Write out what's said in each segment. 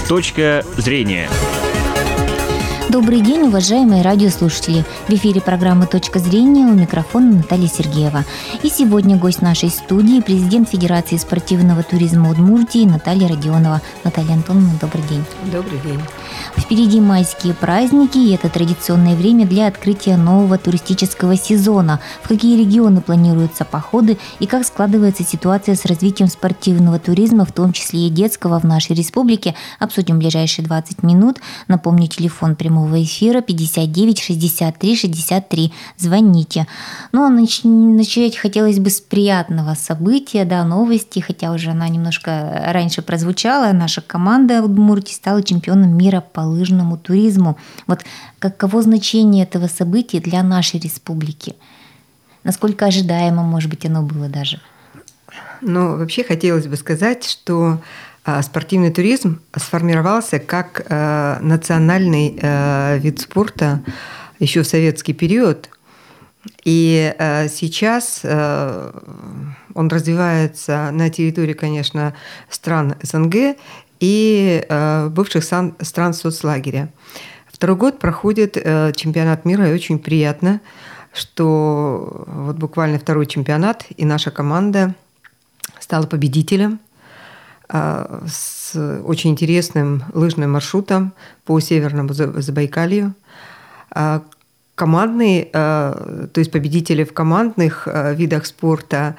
Точка зрения. Добрый день, уважаемые радиослушатели. В эфире программы «Точка зрения», у микрофона Наталья Сергеева. И сегодня гость нашей студии – президент Федерации спортивного туризма Удмуртии Наталья Родионова. Наталья Антоновна, добрый день. Добрый день. Впереди майские праздники, и это традиционное время для открытия нового туристического сезона. В какие регионы планируются походы и как складывается ситуация с развитием спортивного туризма, в том числе и детского, в нашей республике, обсудим в ближайшие 20 минут. Напомню, телефон прямого эфира 59 63 63. Звоните. Ну, а начать хотелось бы с приятного события, новости, хотя уже она немножко раньше прозвучала. Наша команда Удмуртии стала чемпионом мира по лыжному туризму. Вот каково значение этого события для нашей республики? Насколько ожидаемо, может быть, оно было даже? Ну, вообще хотелось бы сказать, что спортивный туризм сформировался как национальный вид спорта еще в советский период. И сейчас он развивается на территории, конечно, стран СНГ и бывших стран соцлагеря. Второй год проходит чемпионат мира, и очень приятно, что вот буквально второй чемпионат, и наша команда стала победителем с очень интересным лыжным маршрутом по Северному Забайкалью. Командные, то есть победители в командных видах спорта,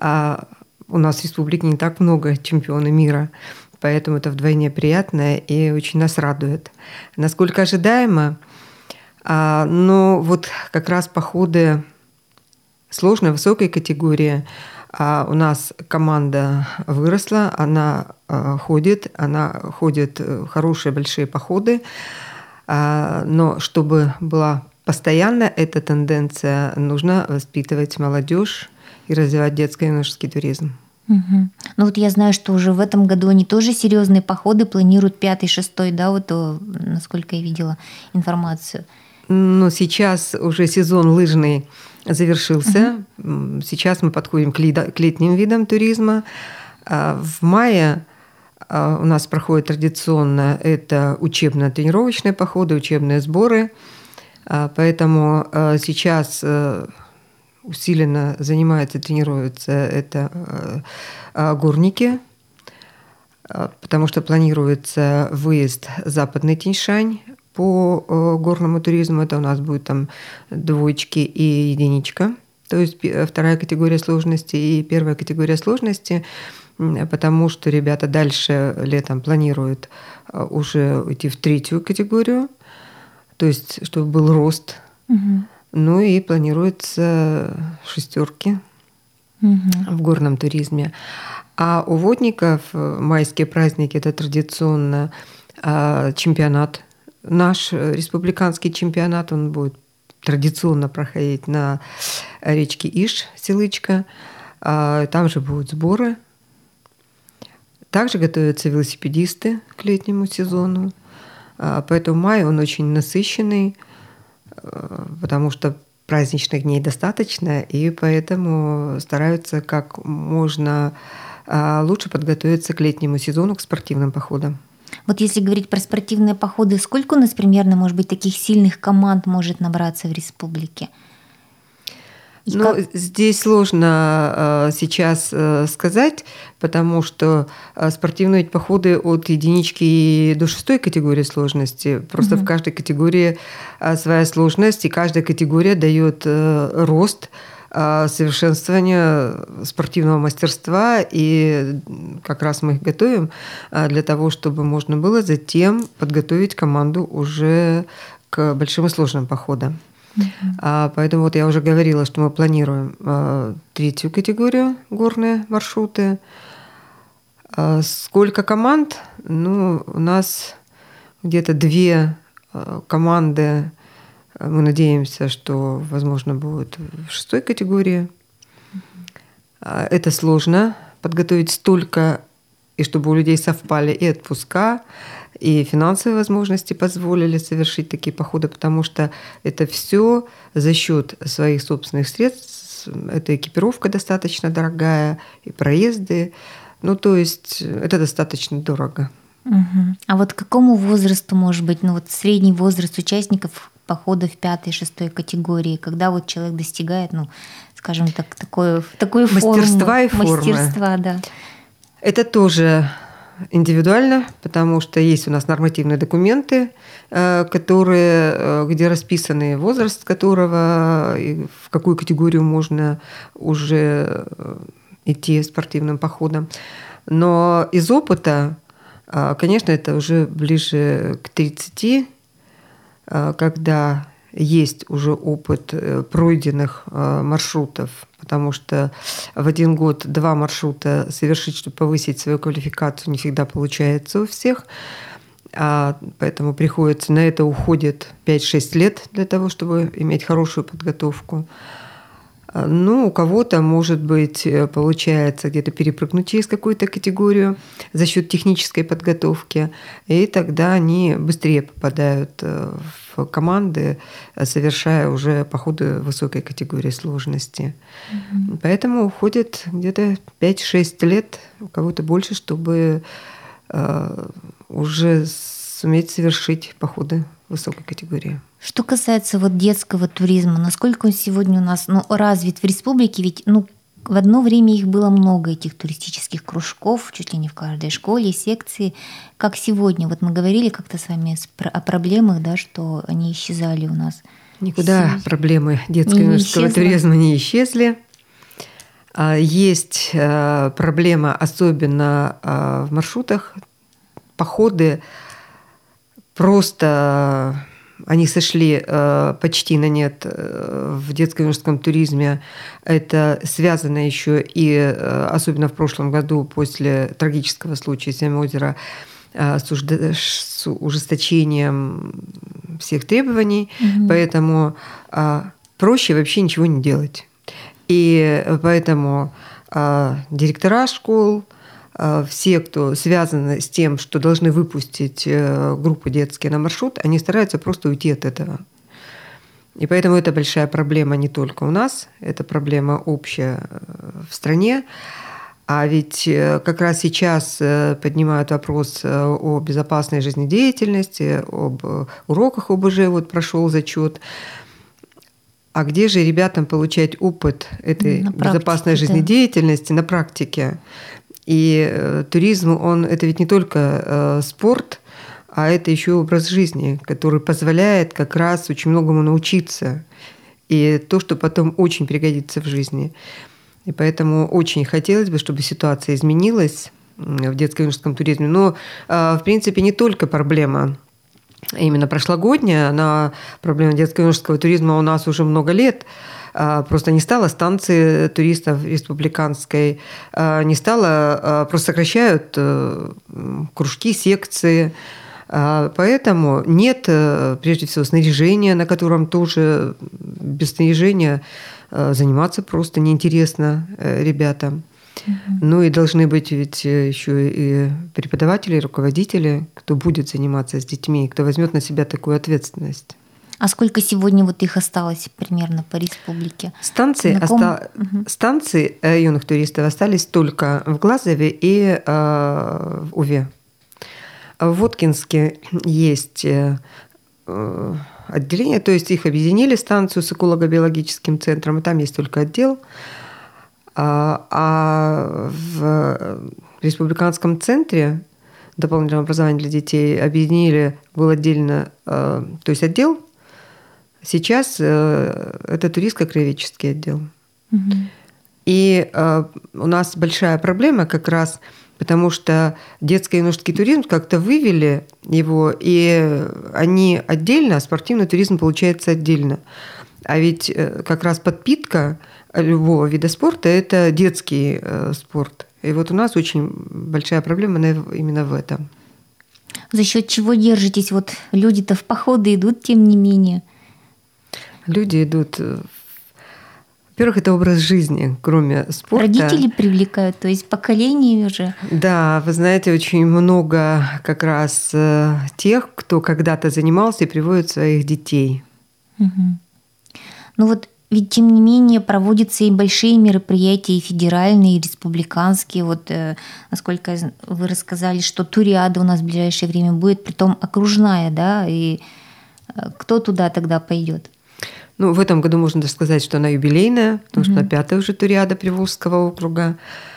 у нас в республике не так много чемпионов мира, поэтому это вдвойне приятно и очень нас радует. Насколько ожидаемо, но вот как раз походы сложной, высокой категории, у нас команда выросла, она ходит хорошие большие походы, но чтобы была постоянно эта тенденция, нужно воспитывать молодежь и развивать детско-юношеский туризм. Угу. Ну вот я знаю, что уже в этом году они тоже серьезные походы планируют, 5-й, 6-й, насколько я видела информацию. Ну, сейчас уже сезон лыжный завершился. Сейчас мы подходим к летним видам туризма. В мае у нас проходят традиционно это учебно-тренировочные походы, учебные сборы. Поэтому сейчас усиленно занимаются, тренируются это горники, потому что планируется выезд в Западный Тянь-Шань по горному туризму. Это у нас будет там 2 и 1, то есть 2 категория сложности и 1 категория сложности, потому что ребята дальше летом планируют уже уйти в 3 категорию, то есть чтобы был рост. Угу. Ну и планируется 6 в горном туризме. А у водников майские праздники – это традиционно чемпионат. Наш республиканский чемпионат, он будет традиционно проходить на речке Иш, Селычка. Там же будут сборы. Также готовятся велосипедисты к летнему сезону. Поэтому май, он очень насыщенный, потому что праздничных дней достаточно, и поэтому стараются как можно лучше подготовиться к летнему сезону, к спортивным походам. Вот если говорить про спортивные походы, сколько у нас примерно, может быть, таких сильных команд может набраться в республике? Здесь сложно сейчас сказать, потому что спортивные походы от 1 до 6 категории сложности. Просто в каждой категории своя сложность, и каждая категория дает рост, совершенствование спортивного мастерства, и как раз мы их готовим для того, чтобы можно было затем подготовить команду уже к большим и сложным походам. Поэтому вот я уже говорила, что мы планируем 3 категорию горные маршруты. Сколько команд? У нас где-то 2 команды. Мы надеемся, что, возможно, будут в 6 категории. Это сложно подготовить столько, и чтобы у людей совпали и отпуска, и финансовые возможности позволили совершить такие походы, потому что это все за счет своих собственных средств. Это экипировка достаточно дорогая, и проезды. То есть это достаточно дорого. Мгм. А вот к какому возрасту, может быть, ну вот средний возраст участников похода в 5-6 категории, когда вот человек достигает, ну, скажем так, такой Мастерства формы, и формы. мастерства, да. Это тоже индивидуально, потому что есть у нас нормативные документы, где расписаны возраст которого, и в какую категорию можно уже идти спортивным походом. Но из опыта, конечно, это уже ближе к 30, когда есть уже опыт пройденных маршрутов, потому что в один год 2 маршрута совершить, чтобы повысить свою квалификацию, не всегда получается у всех. Поэтому приходится, на это уходит 5-6 лет для того, чтобы иметь хорошую подготовку. Ну, у кого-то, может быть, получается где-то перепрыгнуть через какую-то категорию за счет технической подготовки, и тогда они быстрее попадают в команды, совершая уже походы высокой категории сложности. Mm-hmm. Поэтому уходит где-то 5-6 лет, у кого-то больше, чтобы уже суметь совершить походы высокой категории. Что касается вот детского туризма, насколько он сегодня у нас развит в республике? Ведь в одно время их было много, этих туристических кружков, чуть ли не в каждой школе, секции. Как сегодня? Вот мы говорили как-то с вами о проблемах, да, что они исчезали у нас. Никуда проблемы детского и юношеского туризма не исчезли. Есть проблема, особенно в маршрутах. Походы просто... Они сошли почти на нет в детско-юношеском туризме. Это связано еще и, особенно в прошлом году, после трагического случая Семь-озера, с ужесточением всех требований. Mm-hmm. Поэтому проще вообще ничего не делать. И поэтому директора школ, все, кто связаны с тем, что должны выпустить группы детские на маршрут, они стараются просто уйти от этого. И поэтому это большая проблема не только у нас, это проблема общая в стране. А ведь как раз сейчас поднимают вопрос о безопасной жизнедеятельности, об уроках ОБЖ, вот прошел зачет. А где же ребятам получать опыт этой безопасной жизнедеятельности на практике? И туризм, это ведь не только спорт, а это еще образ жизни, который позволяет как раз очень многому научиться. И то, что потом очень пригодится в жизни. И поэтому очень хотелось бы, чтобы ситуация изменилась в детско-юношеском туризме. Но, в принципе, не только проблема именно прошлогодняя, проблема детско-юношеского туризма у нас уже много лет. Просто не стало станции туристов республиканской, не стало, просто сокращают кружки, секции. Поэтому нет, прежде всего, снаряжения, на котором тоже без снаряжения заниматься просто неинтересно ребятам. Ну и должны быть ведь еще и преподаватели, и руководители, кто будет заниматься с детьми, кто возьмет на себя такую ответственность. А сколько сегодня вот их осталось примерно по республике? Станции юных туристов остались только в Глазове и в Уве. В Воткинске есть отделение, то есть их объединили, станцию с эколого-биологическим центром, и там есть только отдел. А в республиканском центре дополнительного образования для детей объединили, был отдельно, то есть отдел. Сейчас это туристско-краеведческий отдел. Угу. И у нас большая проблема как раз, потому что детско-юношеский туризм как-то вывели его, и они отдельно, а спортивный туризм получается отдельно. А ведь как раз подпитка любого вида спорта – это детский спорт. И вот у нас очень большая проблема именно в этом. За счет чего держитесь? Вот люди-то в походы идут, тем не менее. Люди идут... Во-первых, это образ жизни, кроме спорта. Родители привлекают, то есть поколение уже. Да, вы знаете, очень много как раз тех, кто когда-то занимался и приводит своих детей. Угу. Ну вот Ведь, тем не менее, проводятся и большие мероприятия, и федеральные, и республиканские. Вот, насколько вы рассказали, что туриада у нас в ближайшее время будет, притом окружная, да, и кто туда тогда пойдет? Ну, в этом году можно даже сказать, что она юбилейная, потому что она 5-я уже туриада Приволжского округа.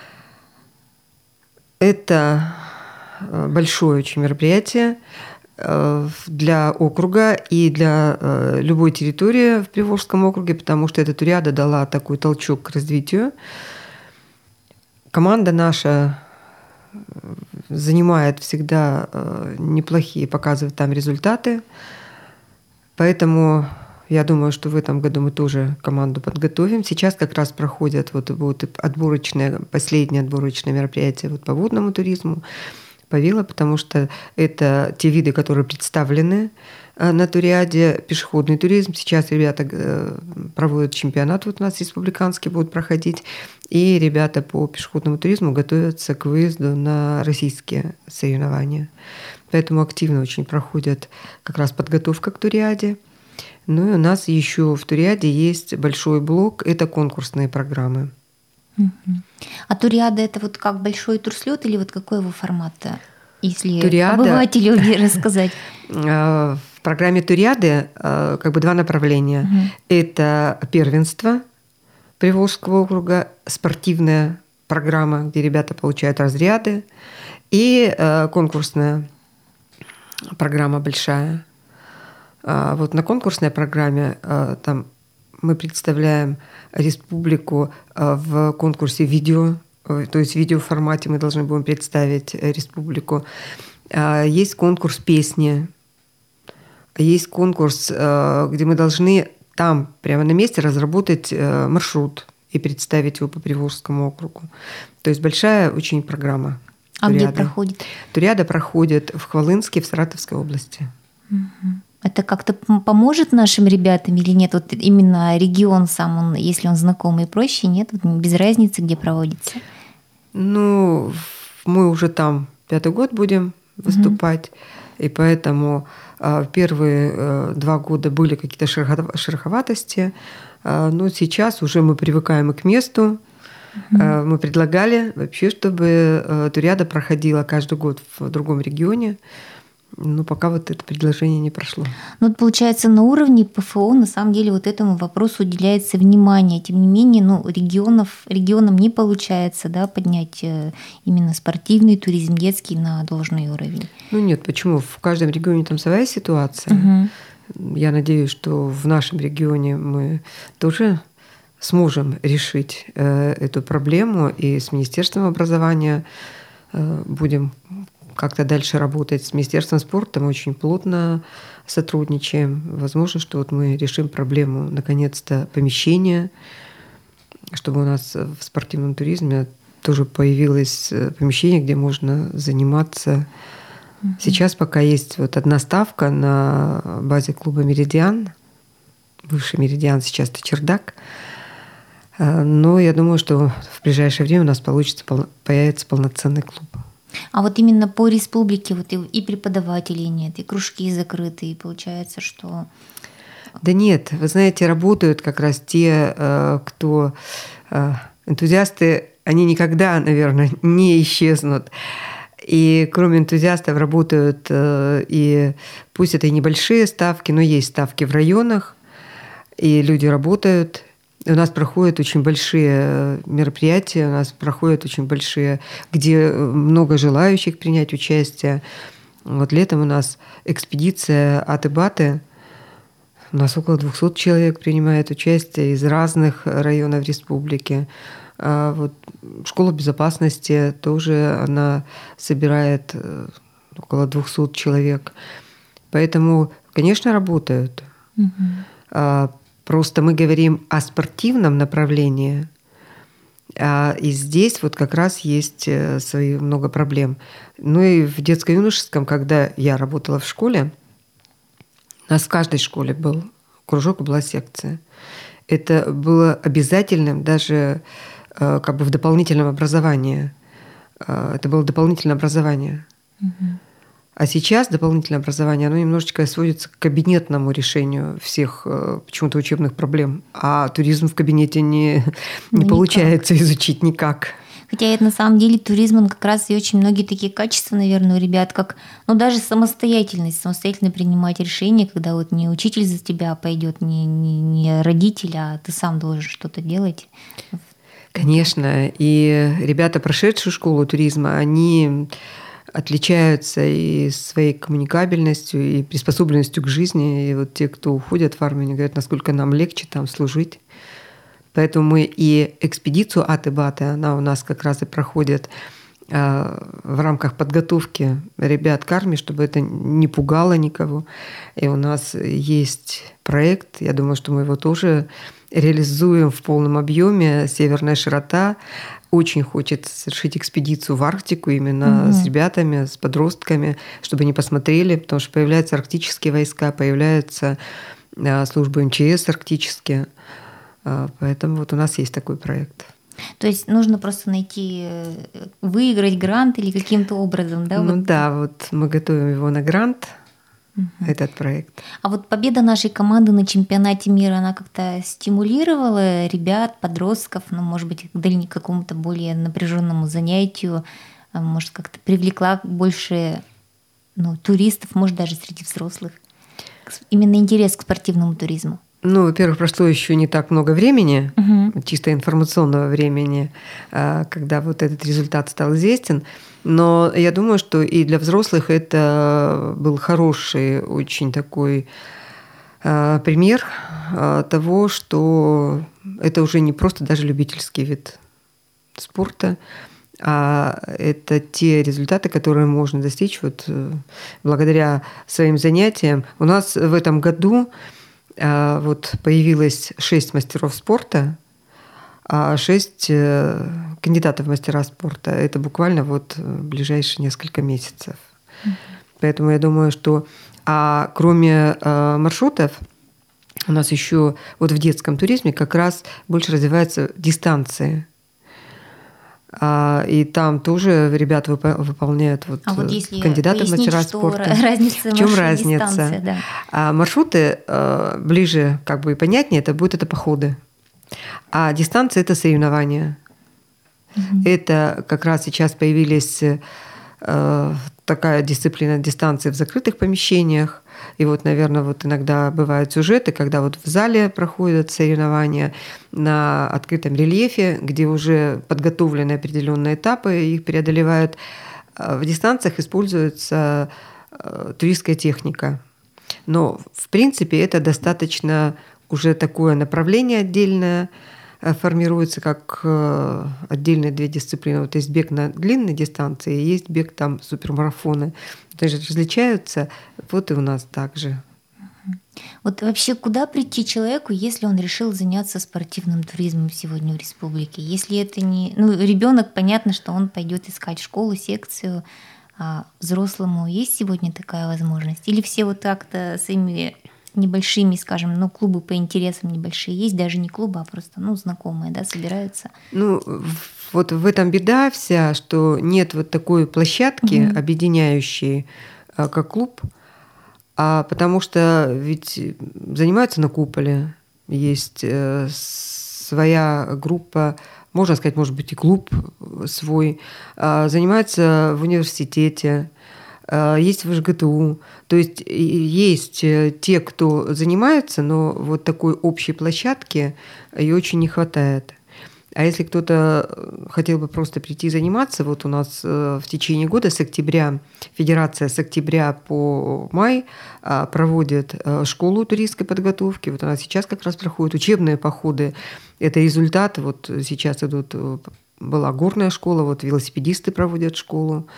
Это большое очень мероприятие для округа и для любой территории в Приволжском округе, потому что эта туриада дала такой толчок к развитию. Команда наша занимает всегда неплохие, показывает там результаты. Поэтому я думаю, что в этом году мы тоже команду подготовим. Сейчас как раз проходят вот последнее отборочное мероприятие вот по водному туризму, по вело, потому что это те виды, которые представлены на туриаде. Пешеходный туризм. Сейчас ребята проводят чемпионат, вот у нас республиканский будет проходить, и ребята по пешеходному туризму готовятся к выезду на российские соревнования. Поэтому активно очень проходит как раз подготовка к туриаде. Ну и у нас еще в туриаде есть большой блок, это конкурсные программы. А туриада — это вот как большой турслет или вот какой его формат, если туриада, обывателю рассказать? В программе туриады как бы два направления. Это первенство Приволжского округа, спортивная программа, где ребята получают разряды, и конкурсная программа большая. Вот на конкурсной программе там мы представляем республику в конкурсе видео, то есть в видеоформате мы должны будем представить республику. Есть конкурс песни, есть конкурс, где мы должны там прямо на месте разработать маршрут и представить его по Приволжскому округу. То есть большая очень программа. А туриады. Где проходит? Туриада проходит в Хвалынске, в Саратовской области. Это как-то поможет нашим ребятам или нет? Вот именно регион сам, он, если он знакомый, проще, нет? Вот без разницы, где проводится? Ну, мы уже там 5-й год будем выступать, и поэтому первые 2 года были какие-то шероховатости, но сейчас уже мы привыкаем и к месту. Мы предлагали вообще, чтобы туриада проходила каждый год в другом регионе. Но пока вот это предложение не прошло. Ну, получается, на уровне ПФО на самом деле вот этому вопросу уделяется внимание. Тем не менее, регионам не получается, да, поднять именно спортивный туризм, детский на должный уровень. Ну нет, почему? В каждом регионе там своя ситуация. Я надеюсь, что в нашем регионе мы тоже сможем решить эту проблему, и с Министерством образования будем как-то дальше работать. С Министерством спорта мы очень плотно сотрудничаем. Возможно, что вот мы решим проблему, наконец-то, помещения, чтобы у нас в спортивном туризме тоже появилось помещение, где можно заниматься. Сейчас пока есть вот одна ставка на базе клуба «Меридиан». Бывший «Меридиан», сейчас это чердак. Но я думаю, что в ближайшее время у нас появится полноценный клуб. А вот именно по республике вот и преподавателей нет, и кружки закрыты, и получается, что... Да нет, вы знаете, работают как раз те, кто энтузиасты, они никогда, наверное, не исчезнут. И кроме энтузиастов работают и пусть это и небольшие ставки, но есть ставки в районах, и люди работают. У нас проходят очень большие мероприятия, у нас проходят очень большие, где много желающих принять участие. Вот летом у нас экспедиция Аты-Баты. У нас около 200 человек принимает участие из разных районов республики. Вот школа безопасности тоже, она собирает около 200 человек. Поэтому, конечно, работают. Просто мы говорим о спортивном направлении, и здесь вот как раз есть свои много проблем. Ну и в детско-юношеском, когда я работала в школе, у нас в каждой школе был кружок и была секция. Это было обязательным даже как бы в дополнительном образовании. Это было дополнительное образование. А сейчас дополнительное образование, оно немножечко сводится к кабинетному решению всех почему-то учебных проблем, а туризм в кабинете не получается изучить никак. Хотя это на самом деле туризм, он как раз и очень многие такие качества, наверное, у ребят, как даже самостоятельность, самостоятельно принимать решения, когда вот не учитель за тебя пойдет, не родитель, а ты сам должен что-то делать. Конечно, и ребята, прошедшие школу туризма, они отличаются и своей коммуникабельностью, и приспособленностью к жизни. И вот те, кто уходят в армию, они говорят, насколько нам легче там служить. Поэтому мы и экспедицию Аты-Баты, она у нас как раз и проходит в рамках подготовки ребят к армии, чтобы это не пугало никого. И у нас есть проект, я думаю, что мы его тоже реализуем в полном объеме. «Северная широта» очень хочет совершить экспедицию в Арктику именно с ребятами, с подростками, чтобы они посмотрели, потому что появляются арктические войска, появляются службы МЧС арктические. Поэтому вот у нас есть такой проект. То есть нужно просто выиграть грант или каким-то образом, да? Вот мы готовим его на грант, этот проект. А вот победа нашей команды на чемпионате мира, она как-то стимулировала ребят, подростков, может быть, к какому-то более напряженному занятию, может, как-то привлекла больше туристов, может, даже среди взрослых. Именно интерес к спортивному туризму. Во-первых, прошло еще не так много времени, чисто информационного времени, когда вот этот результат стал известен. Но я думаю, что и для взрослых это был хороший очень такой пример того, что это уже не просто даже любительский вид спорта, а это те результаты, которые можно достичь благодаря своим занятиям. У нас в этом году появилось 6 мастеров спорта, а 6 кандидатов в мастера спорта. Это буквально ближайшие несколько месяцев. Поэтому я думаю, что кроме маршрутов, у нас еще в детском туризме как раз больше развиваются дистанции. И там тоже ребята выполняют кандидаты в мастера спорта. Разница, в чем разница? Да. А маршруты ближе, и понятнее, это походы. А дистанция – это соревнования. Это как раз сейчас появились такая дисциплина дистанции в закрытых помещениях. И наверное, иногда бывают сюжеты, когда в зале проходят соревнования на открытом рельефе, где уже подготовлены определенные этапы, их преодолевают. В дистанциях используется туристская техника. Но, в принципе, это достаточно уже такое направление отдельное, формируется как отдельные 2 дисциплины. Есть бег на длинной дистанции, есть бег супермарафоны. Даже различаются. И у нас также. Вообще, куда прийти человеку, если он решил заняться спортивным туризмом сегодня в республике? Если это не... ребенок, понятно, что он пойдет искать школу, секцию, а взрослому есть сегодня такая возможность? Или все так-то своими небольшими, скажем, клубы по интересам небольшие есть, даже не клубы, а просто, знакомые, собираются? В этом беда вся, что нет такой площадки, объединяющей, как клуб, потому что ведь занимаются на куполе, есть своя группа, можно сказать, может быть, и клуб свой, занимаются в университете, есть в ЖГТУ. То есть есть те, кто занимается, но такой общей площадки ее очень не хватает. А если кто-то хотел бы просто прийти заниматься, у нас в течение года с октября, Федерация с октября по май проводит школу туристской подготовки. У нас сейчас как раз проходят учебные походы. Это результат. Сейчас была горная школа, велосипедисты проводят школу.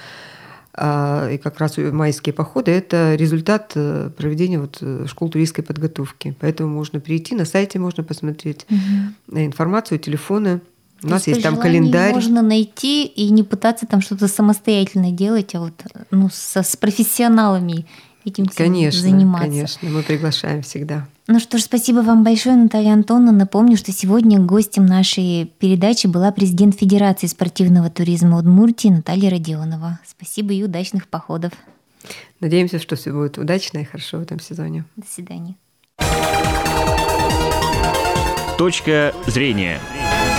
И как раз майские походы – это результат проведения школ туристской подготовки. Поэтому можно прийти, на сайте можно посмотреть информацию, телефоны. У нас есть там календарь. Можно найти и не пытаться там что-то самостоятельно делать, а с профессионалами этим заниматься. Конечно, мы приглашаем всегда. Что ж, спасибо вам большое, Наталья Антоновна. Напомню, что сегодня гостем нашей передачи была президент Федерации спортивного туризма Удмуртии Наталья Родионова. Спасибо и удачных походов. Надеемся, что все будет удачно и хорошо в этом сезоне. До свидания. Точка зрения.